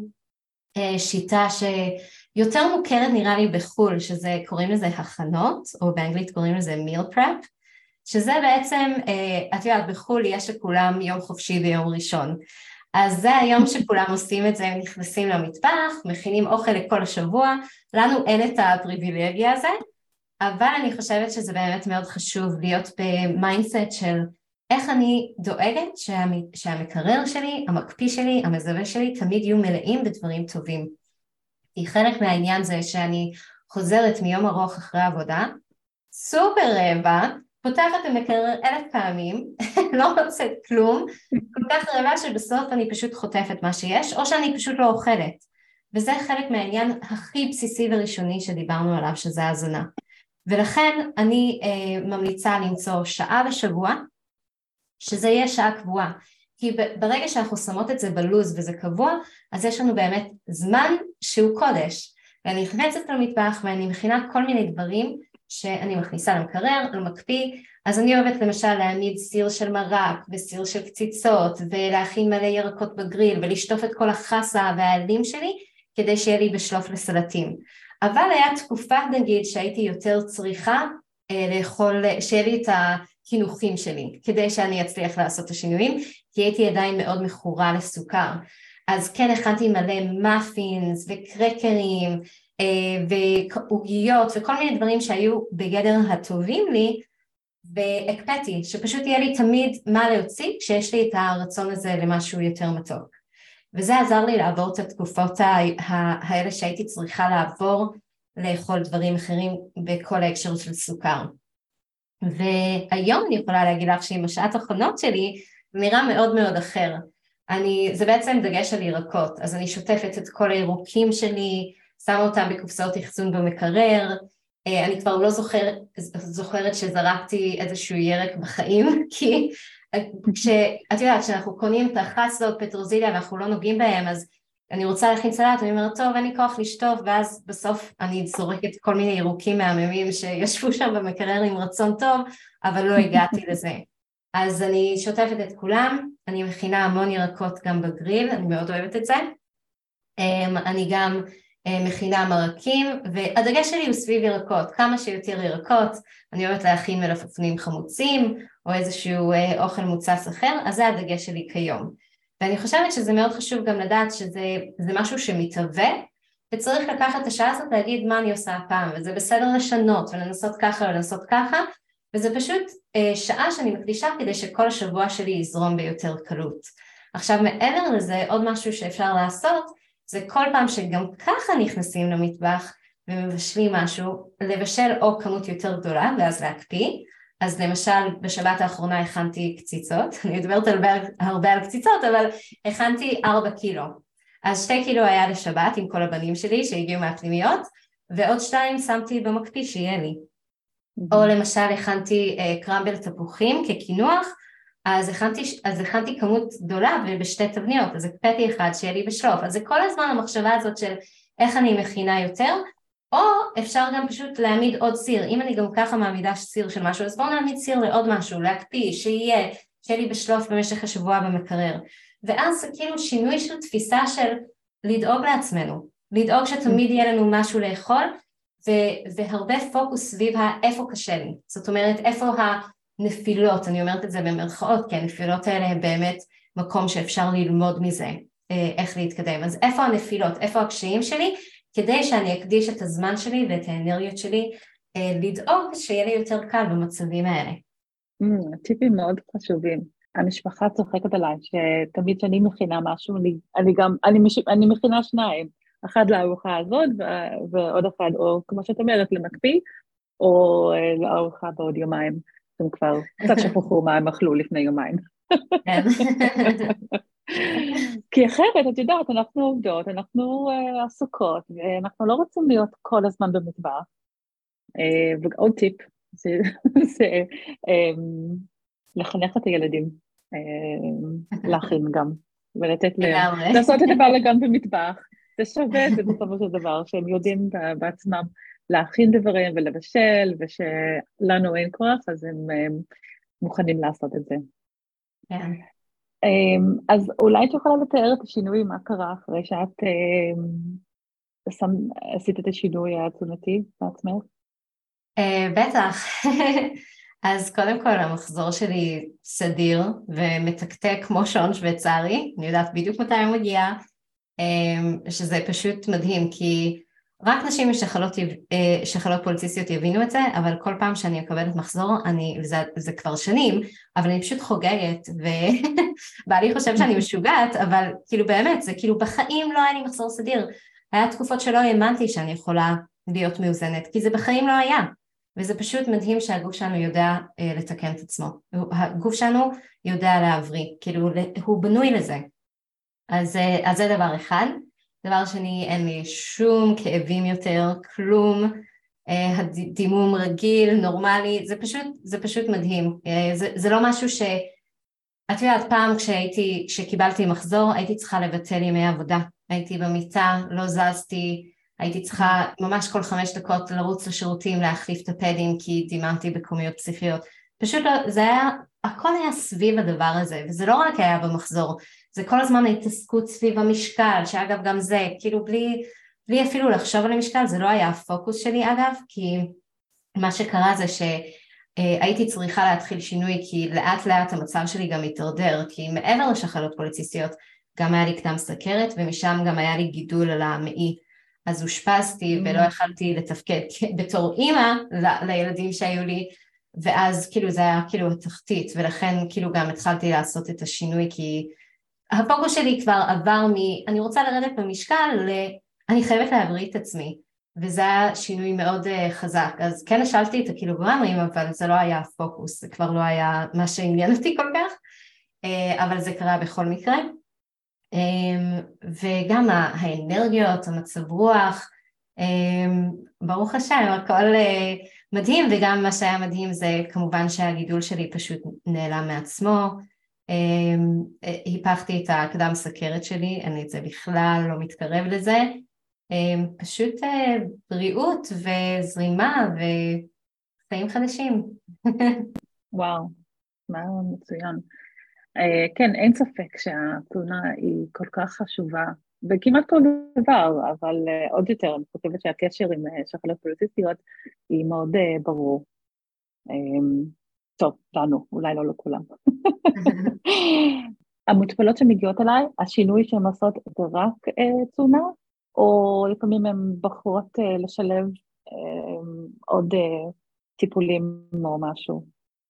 שיטה שיותר מוכרת נראה לי בחול, שזה קוראים לזה הכנות, או באנגלית קוראים לזה meal prep, שזה בעצם, את יודעת, בחול יש לכולם יום חופשי ביום ראשון, אז זה היום שכולם עושים את זה, הם נכנסים למטבח, מכינים אוכל לכל השבוע, לנו אין את הפריבילגיה הזה, אבל אני חושבת שזה באמת מאוד חשוב להיות במיינדסט של איך אני דואגת שהמקרר שלי, המקפיא שלי, המזווה שלי, תמיד יהיו מלאים בדברים טובים. כי חלק מהעניין זה שאני חוזרת מיום ארוך אחרי העבודה, סופר רעבה, פותחת המקרר אלף פעמים, לא מוצאת כלום, כל כך רעבה שבסוף אני פשוט חוטפת מה שיש, או שאני פשוט לא אוכלת. וזה חלק מהעניין הכי בסיסי וראשוני שדיברנו עליו, שזה הזנה. ולכן אני אה, ממליצה למצוא שעה בשבוע, שזה יהיה שעה קבועה, כי ברגע שאנחנו שמות את זה בלוז וזה קבוע, אז יש לנו באמת זמן שהוא קודש, ואני נכנסת למטבח ואני מכינה כל מיני דברים שאני מכניסה למקרר, למקפיא, אז אני אוהבת למשל להעמיד סיר של מרק וסיר של קציצות, ולהכין מלא ירקות בגריל, ולשטוף את כל החסה והעלים שלי, כדי שיהיה לי בשלוף לסלטים. אבל היה תקופה נגיד שהייתי יותר צריכה אה, לאכול, שיהיה לי את הכינוחים שלי, כדי שאני אצליח לעשות את השינויים, כי הייתי עדיין מאוד מכורה לסוכר. אז כן הכנתי מלא מאפינס וקרקרים אה, ועוגיות וכל מיני דברים שהיו בגדר הטובים לי, והקפאתי, שפשוט יהיה לי תמיד מה להוציא כשיש לי את הרצון הזה למשהו יותר מתוק. וזה עזר לי לעבור את התקופות האלה שהייתי צריכה לעבור לאכול דברים אחרים בכל ההקשר של סוכר. והיום אני יכולה להגיד לך שעם השעת האחרונות שלי נראה מאוד מאוד אחר. אני, זה בעצם דגש על ירקות, אז אני שוטפת את כל הירוקים שלי, שמה אותם בקופסאות אחסון במקרר, אני כבר לא זוכר, זוכרת שזרקתי איזשהו ירק בחיים, כי כשאת יודעת שאנחנו קונים את החסות, פטרוזיליה, ואנחנו לא נוגעים בהם, אז אני רוצה להכין סלט, אני אומרת, טוב, אין לי כוח לשטוף, ואז בסוף אני זורקת כל מיני ירוקים מהממים שישבו שם במקרר עם רצון טוב, אבל לא הגעתי לזה. אז אני שוטפת את כולם, אני מכינה המון ירקות גם בגריל, אני מאוד אוהבת את זה. אני גם מכינה מרקים, והדגש שלי הוא סביב ירקות, כמה שיותר ירקות, אני אוהבת להכין מלפפונים חמוצים, או איזשהו אוכל מוצס אחר, אז זה הדגש שלי כיום. ואני חושבת שזה מאוד חשוב גם לדעת שזה זה משהו שמתהווה, וצריך לקחת את השעה הזאת להגיד מה אני עושה הפעם, וזה בסדר לשנות ולנסות ככה ולנסות ככה, וזה פשוט שעה שאני מקדישה כדי שכל השבוע שלי יזרום ביותר קלות. עכשיו מעבר לזה, עוד משהו שאפשר לעשות, זה כל פעם שגם ככה נכנסים למטבח ומבשלים משהו, לבשל או כמות יותר גדולה ואז להקפיא. אז למשל בשבת האחרונה הכנתי קציצות, אני מדברת הרבה, הרבה על קציצות, אבל הכנתי ארבע קילו. אז שתי קילו היה לשבת עם כל הבנים שלי שהגיעו מהפנימיות, ועוד שתיים שמתי במקפיא שיהיה לי. Mm-hmm. או למשל הכנתי uh, קרמבל תפוחים כקינוח, אז הכנתי, אז הכנתי כמות גדולה ובשתי תבניות, אז הקפאתי אחד שיהיה לי בשלוף. אז זה כל הזמן המחשבה הזאת של איך אני מכינה יותר, או אפשר גם פשוט להעמיד עוד סיר. אם אני גם ככה מעמידה סיר של משהו, אז בואו נעמיד סיר לעוד משהו, להקפיא, שיהיה, שיהיה לי בשלוף במשך השבוע במקרר. ואז זה כאילו שינוי של תפיסה של לדאוג לעצמנו, לדאוג שתמיד יהיה לנו משהו לאכול, ו- והרבה פוקוס סביב איפה קשה לי. זאת אומרת, איפה הנפילות, אני אומרת את זה במרכאות, כי הנפילות האלה הם באמת מקום שאפשר ללמוד מזה, איך להתקדם. אז איפה הנפילות, איפה הקשיים שלי, כדי שאני אקדיש את הזמן שלי ואת האנרגיות שלי, לדאוג שיהיה לי יותר קל במצבים האלה. טיפים מאוד חשובים. המשפחה צוחקת עליי, שתמיד שאני מכינה משהו, אני, אני גם, אני, מש, אני מכינה שניים, אחד לארוחה הזאת, ו- ועוד אחד, או כמו שאת אומרת, למקפיא, או לארוחה בעוד יומיים. הם כבר קצת שכחו מה הם אכלו לפני יומיים. כי אחרת, את יודעת, אנחנו עובדות, אנחנו uh, עסוקות, ואנחנו לא רוצים להיות כל הזמן במטבח. Uh, ועוד טיפ, זה, זה um, לחנך את הילדים, uh, להכין גם, ולתת להם, לעשות את הבלגן במטבח. זה שווה את זה בסופו של דבר, שהם יודעים בעצמם להכין דברים ולבשל, ושלנו אין כוח, אז הם um, מוכנים לעשות את זה. כן. אז אולי את יכולה לתאר את השינוי, מה קרה אחרי שאת עשית את השינוי התזונתי בעצמך? בטח. אז קודם כל המחזור שלי סדיר ומתקתק כמו שעון שוויצרי, אני יודעת בדיוק מתי הוא מגיע, שזה פשוט מדהים, כי רק נשים עם שחלות, שחלות פוליציסטיות יבינו את זה, אבל כל פעם שאני אקבלת מחזור, אני, זה, זה כבר שנים, אבל אני פשוט חוגגת, ובעלי חושב שאני משוגעת, אבל כאילו באמת, זה כאילו בחיים לא היה לי מחזור סדיר. היה תקופות שלא האמנתי שאני יכולה להיות מאוזנת, כי זה בחיים לא היה. וזה פשוט מדהים שהגוף שלנו יודע אה, לתקן את עצמו. הגוף שלנו יודע להבריא, כאילו הוא בנוי לזה. אז, אז זה דבר אחד. דבר שני, אין לי שום כאבים יותר, כלום, הדימום רגיל, נורמלי, זה פשוט, זה פשוט מדהים. זה, זה לא משהו ש... את יודעת, פעם כשהייתי, כשקיבלתי מחזור, הייתי צריכה לבטל ימי עבודה. הייתי במיטה, לא זזתי, הייתי צריכה ממש כל חמש דקות לרוץ לשירותים, להחליף את הפדים, כי דיממתי בכמויות פסיכיות. פשוט לא, זה היה, הכל היה סביב הדבר הזה, וזה לא רק היה במחזור, זה כל הזמן ההתעסקות סביב המשקל, שאגב גם זה, כאילו בלי, בלי אפילו לחשוב על המשקל, זה לא היה הפוקוס שלי אגב, כי מה שקרה זה שהייתי צריכה להתחיל שינוי, כי לאט לאט המצב שלי גם התדרדר, כי מעבר לשחלות פוליציסטיות, גם היה לי קדם סכרת, ומשם גם היה לי גידול על המעי, אז הושפזתי ולא יכלתי לתפקד בתור אימא ל- לילדים שהיו לי, ואז כאילו זה היה כאילו התחתית, ולכן כאילו גם התחלתי לעשות את השינוי, כי הפוקוס שלי כבר עבר מ, אני רוצה לרדת במשקל, ל, אני חייבת להבריא את עצמי, וזה היה שינוי מאוד uh, חזק, אז כן השלתי את הקילוגרמים, אבל זה לא היה הפוקוס, זה כבר לא היה מה שעניין אותי כל כך, uh, אבל זה קרה בכל מקרה, um, וגם האנרגיות, המצב רוח, um, ברוך השם, הכל uh, מדהים, וגם מה שהיה מדהים זה כמובן שהגידול שלי פשוט נעלם מעצמו, um, היפכתי את הקדם סכרת שלי, אני את זה בכלל לא מתקרב לזה, פשוט בריאות וזרימה וחיים חדשים. וואו, מה מצוין. כן, אין ספק שהתזונה היא כל כך חשובה, וכמעט כל דבר, אבל עוד יותר, אני חושבת שהקשר עם שחלות פוליציסטיות היא מאוד ברור. טוב, לנו, אולי לא לכולם. המטופלות שמגיעות אליי, השינוי שהן עושות זה רק תזונה, או לפעמים הן בחרות uh, לשלב uh, עוד uh, טיפולים או משהו?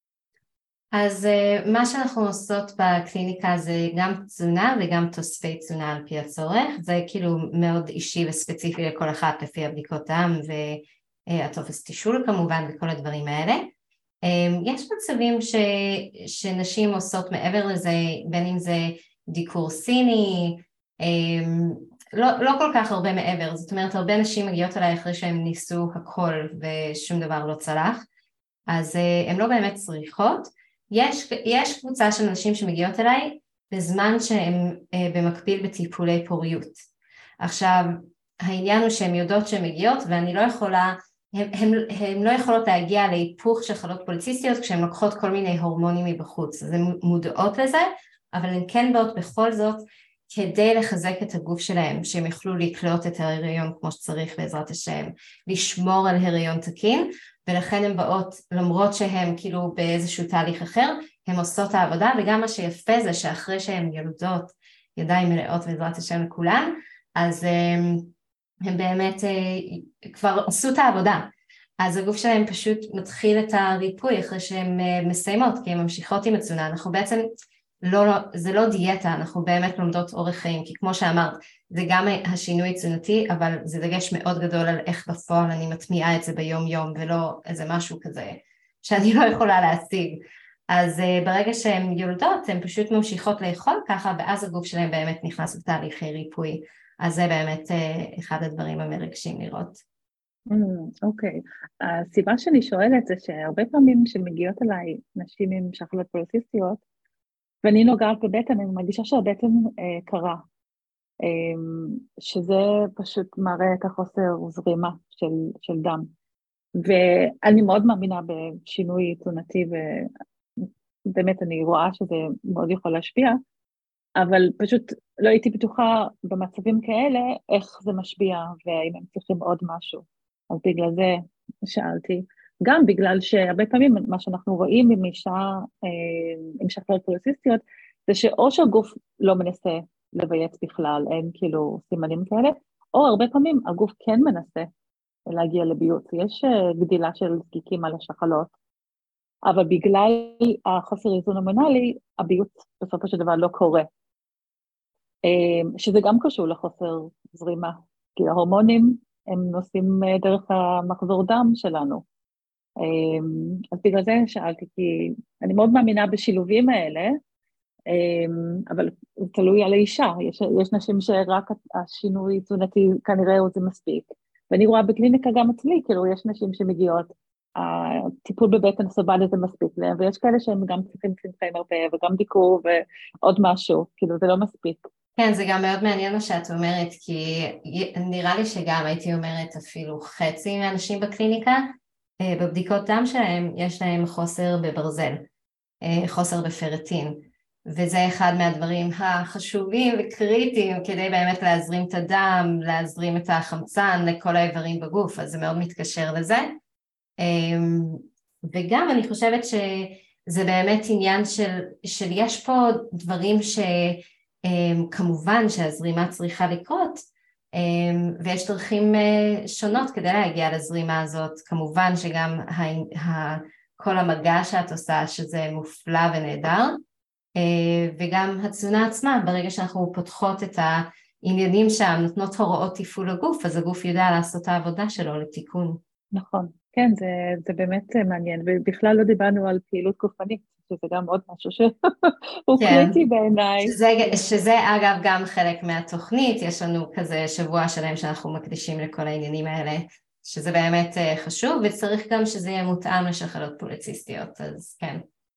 אז uh, מה שאנחנו עושות בקליניקה זה גם תזונה וגם תוספי תזונה על פי הצורך, זה כאילו מאוד אישי וספציפי לכל אחת לפי הבדיקות דם והטופס תישול כמובן וכל הדברים האלה. Um, יש מצבים ש, שנשים עושות מעבר לזה, בין אם זה דיקור סיני, um, לא, לא כל כך הרבה מעבר, זאת אומרת הרבה נשים מגיעות אליי אחרי שהם ניסו הכל ושום דבר לא צלח, אז הן לא באמת צריכות. יש, יש קבוצה של נשים שמגיעות אליי בזמן שהן במקביל בטיפולי פוריות. עכשיו העניין הוא שהן יודעות שהן מגיעות ואני לא יכולה, הן לא יכולות להגיע להיפוך של חלות פוליציסטיות כשהן לוקחות כל מיני הורמונים מבחוץ, אז הן מודעות לזה, אבל הן כן באות בכל זאת כדי לחזק את הגוף שלהם, שהם יוכלו לקלוט את ההיריון כמו שצריך בעזרת השם, לשמור על הריון תקין, ולכן הן באות, למרות שהן כאילו באיזשהו תהליך אחר, הן עושות העבודה, וגם מה שיפה זה שאחרי שהן ילודות, ידיים מלאות בעזרת השם לכולן, אז הם באמת כבר עשו את העבודה, אז הגוף שלהם פשוט מתחיל את הריפוי אחרי שהן מסיימות, כי הן ממשיכות עם התזונה, אנחנו בעצם, לא, לא, זה לא דיאטה, אנחנו באמת לומדות אורח חיים, כי כמו שאמרת, זה גם השינוי תזונתי, אבל זה דגש מאוד גדול על איך בפועל אני מטמיעה את זה ביום יום, ולא איזה משהו כזה שאני לא יכולה להשיג. אז uh, ברגע שהן יולדות, הן פשוט ממשיכות לאכול ככה, ואז הגוף שלהם באמת נכנס לתהליכי ריפוי. אז זה באמת uh, אחד הדברים המרגשים לראות. אוקיי, mm, okay. הסיבה שאני שואלת זה שהרבה פעמים שמגיעות אליי נשים עם שחלות פוליציסטיות, ואני נוגעת בבטן, אני מרגישה שהבטן אה, קרה, אה, שזה פשוט מראה את החוסר זרימה של, של דם. ואני מאוד מאמינה בשינוי תזונתי, ובאמת אני רואה שזה מאוד יכול להשפיע, אבל פשוט לא הייתי בטוחה במצבים כאלה איך זה משפיע, והאם הם צריכים עוד משהו. אז בגלל זה שאלתי. גם בגלל שהרבה פעמים מה שאנחנו רואים עם אישה, עם שחלות פוליציסטיות, זה שאו שהגוף לא מנסה לבייץ בכלל, אין כאילו סימנים כאלה, או הרבה פעמים הגוף כן מנסה להגיע לביוץ. יש גדילה של זקיקים על השחלות, אבל בגלל החוסר איזון הורמונלי, הביוץ בסופו של דבר לא קורה. שזה גם קשור לחוסר זרימה, כי ההורמונים הם נוסעים דרך המחזור דם שלנו. אז בגלל זה שאלתי, כי אני מאוד מאמינה בשילובים האלה, אבל זה תלוי על האישה, יש, יש נשים שרק השינוי תזונתי כנראה זה מספיק, ואני רואה בקליניקה גם אצלי, כאילו יש נשים שמגיעות, הטיפול בבטן הסבל הזה מספיק להם, ויש כאלה שהם גם צריכים צמחי מרפא וגם דיקור ועוד משהו, כאילו זה לא מספיק. כן, זה גם מאוד מעניין מה שאת אומרת, כי נראה לי שגם הייתי אומרת אפילו חצי מהאנשים בקליניקה, בבדיקות דם שלהם יש להם חוסר בברזל, חוסר בפרטין, וזה אחד מהדברים החשובים וקריטיים כדי באמת להזרים את הדם, להזרים את החמצן לכל האיברים בגוף, אז זה מאוד מתקשר לזה. וגם אני חושבת שזה באמת עניין של, של יש פה דברים שכמובן שהזרימה צריכה לקרות, ויש דרכים שונות כדי להגיע לזרימה הזאת, כמובן שגם כל המגע שאת עושה שזה מופלא ונהדר, וגם התזונה עצמה, ברגע שאנחנו פותחות את העניינים שם, נותנות הוראות טיפול לגוף, אז הגוף יודע לעשות את העבודה שלו לתיקון. נכון, כן, זה, זה באמת מעניין, ובכלל לא דיברנו על פעילות גופנית, שזה גם עוד משהו שהוא כן. קריטי בעיניי. שזה, שזה אגב גם חלק מהתוכנית, יש לנו כזה שבוע שלם שאנחנו מקדישים לכל העניינים האלה, שזה באמת חשוב, וצריך גם שזה יהיה מותאם לשחלות פוליציסטיות, אז כן.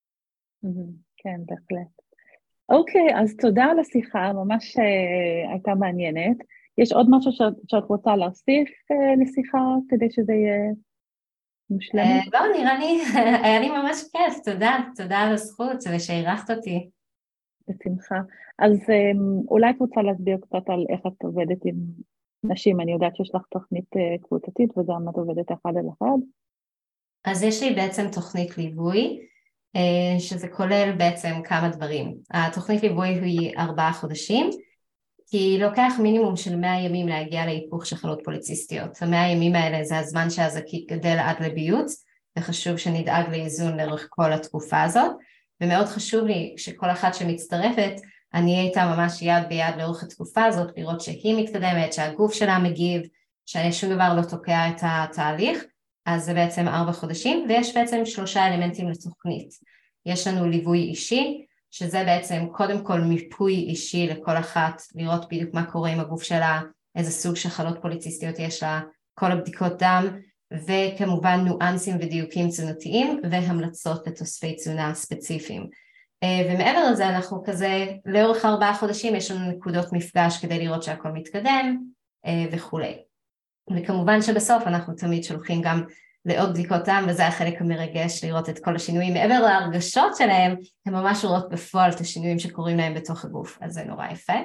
כן, בהחלט. אוקיי, אז תודה על השיחה, ממש uh, הייתה מעניינת. יש עוד משהו שאת, שאת רוצה להוסיף uh, לשיחה כדי שזה יהיה מושלם? Uh, לא, נראה לי, היה לי ממש כיף, תודה, תודה על הזכות ושהירחת אותי. בשמחה. אז um, אולי את רוצה להסביר קצת על איך את עובדת עם נשים, אני יודעת שיש לך תוכנית uh, קבוצתית וגם את עובדת אחד על אחד. אז יש לי בעצם תוכנית ליווי, שזה כולל בעצם כמה דברים. התוכנית ליווי היא ארבעה חודשים, כי לוקח מינימום של מאה ימים להגיע להיפוך שחלות פוליציסטיות. המאה ימים האלה זה הזמן שהזקיק גדל עד לביוץ, וחשוב שנדאג לאיזון לאורך כל התקופה הזאת, ומאוד חשוב לי שכל אחת שמצטרפת, אני אהיה איתה ממש יד ביד לאורך התקופה הזאת, לראות שהיא מתקדמת, שהגוף שלה מגיב, ששום דבר לא תוקע את התהליך, אז זה בעצם ארבע חודשים, ויש בעצם שלושה אלמנטים לתוכנית. יש לנו ליווי אישי, שזה בעצם קודם כל מיפוי אישי לכל אחת, לראות בדיוק מה קורה עם הגוף שלה, איזה סוג של חלות פוליציסטיות יש לה, כל הבדיקות דם, וכמובן ניואנסים ודיוקים תזונתיים, והמלצות לתוספי תזונה ספציפיים. ומעבר לזה אנחנו כזה, לאורך ארבעה חודשים יש לנו נקודות מפגש כדי לראות שהכל מתקדם וכולי. וכמובן שבסוף אנחנו תמיד שולחים גם לעוד בדיקות דם, וזה החלק המרגש לראות את כל השינויים. מעבר להרגשות שלהם, הם ממש רואות בפועל את השינויים שקורים להם בתוך הגוף, אז זה נורא יפה.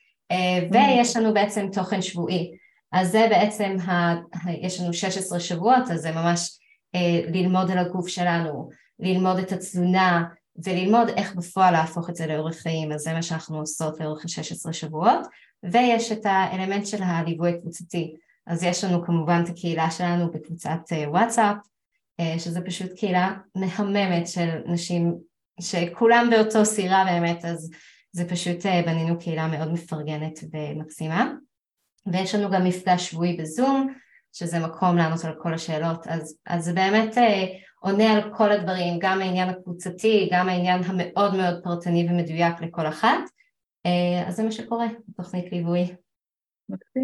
ויש לנו בעצם תוכן שבועי, אז זה בעצם, ה... יש לנו שש עשרה שבועות, אז זה ממש ללמוד על הגוף שלנו, ללמוד את התזונה, וללמוד איך בפועל להפוך את זה לאורך חיים, אז זה מה שאנחנו עושות לאורך ה-שש עשרה שבועות, ויש את האלמנט של הליווי הקבוצתי, אז יש לנו כמובן את הקהילה שלנו בקבוצת וואטסאפ, שזה פשוט קהילה מהממת של נשים שכולם באותו סירה באמת, אז זה פשוט בנינו קהילה מאוד מפרגנת ומקסימה, ויש לנו גם מפגש שבועי בזום, שזה מקום לענות על כל השאלות, אז, אז זה באמת עונה על כל הדברים, גם העניין הקבוצתי, גם העניין המאוד מאוד פרטני ומדויק לכל אחת, אז זה מה שקורה, תוכנית ליווי. מקסים.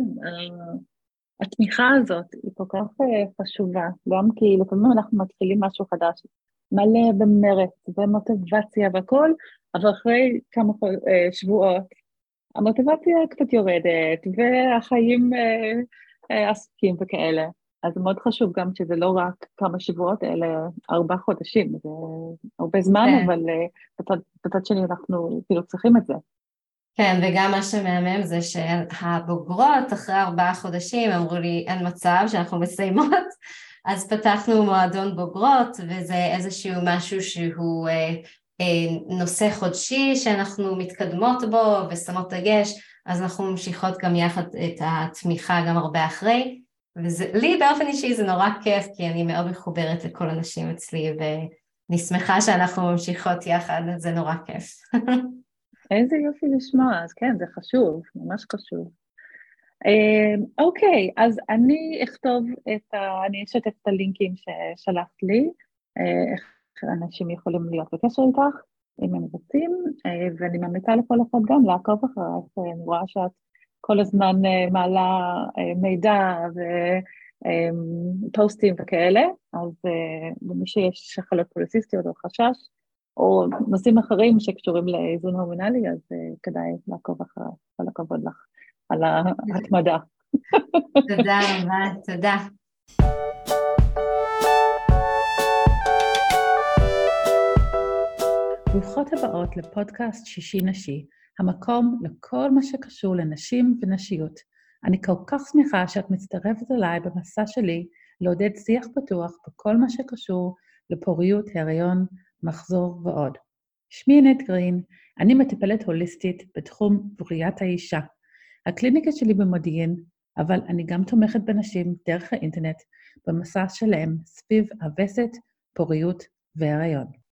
התמיכה הזאת היא כל כך חשובה, גם כי לפעמים אנחנו מתחילים משהו חדש, מלא במרץ ומוטיבציה והכל, אבל אחרי כמה שבועות, המוטיבציה קצת יורדת, והחיים עסוקים וכאלה. אז זה מאוד חשוב גם שזה לא רק כמה שבועות, אלא ארבעה חודשים, זה הרבה זמן, אבל בצד שני אנחנו כאילו צריכים את זה. כן, וגם מה שמהמם זה שהבוגרות אחרי ארבעה חודשים אמרו לי אין מצב שאנחנו מסיימות, אז פתחנו מועדון בוגרות, וזה איזשהו משהו שהוא אה, אה, נושא חודשי שאנחנו מתקדמות בו ושמות דגש, אז אנחנו ממשיכות גם יחד את התמיכה גם הרבה אחרי, ולי באופן אישי זה נורא כיף, כי אני מאוד מחוברת לכל אנשים אצלי, ואני שמחה שאנחנו ממשיכות יחד, זה נורא כיף. איזה יופי לשמוע, אז כן, זה חשוב, ממש חשוב. אוקיי, אז אני אכתוב את ה... אני אשתף את הלינקים ששלחת לי, איך אנשים יכולים להיות בקשר איתך, אם הם רוצים, ואני ממליצה לכל אחד גם לעקוב אחרייך, אני רואה שאת כל הזמן מעלה מידע ופוסטים וכאלה, אז למי שיש שחלות פוליציסטיות או חשש, או נושאים אחרים שקשורים לאיזון הורמונלי, אז כדאי לעקוב אחרייך, כל הכבוד לך על ההתמדה. תודה רבה, תודה. ברוכות הבאות לפודקאסט שישי נשי, המקום לכל מה שקשור לנשים ונשיות. אני כל כך שמחה שאת מצטרפת אליי במסע שלי לעודד שיח פתוח בכל מה שקשור לפוריות, הריון, מחזור ועוד. שמי ענת גרין, אני מטפלת הוליסטית בתחום בריאת האישה. הקליניקה שלי במודיעין, אבל אני גם תומכת בנשים דרך האינטרנט במסע שלהם סביב הווסת, פוריות והריון.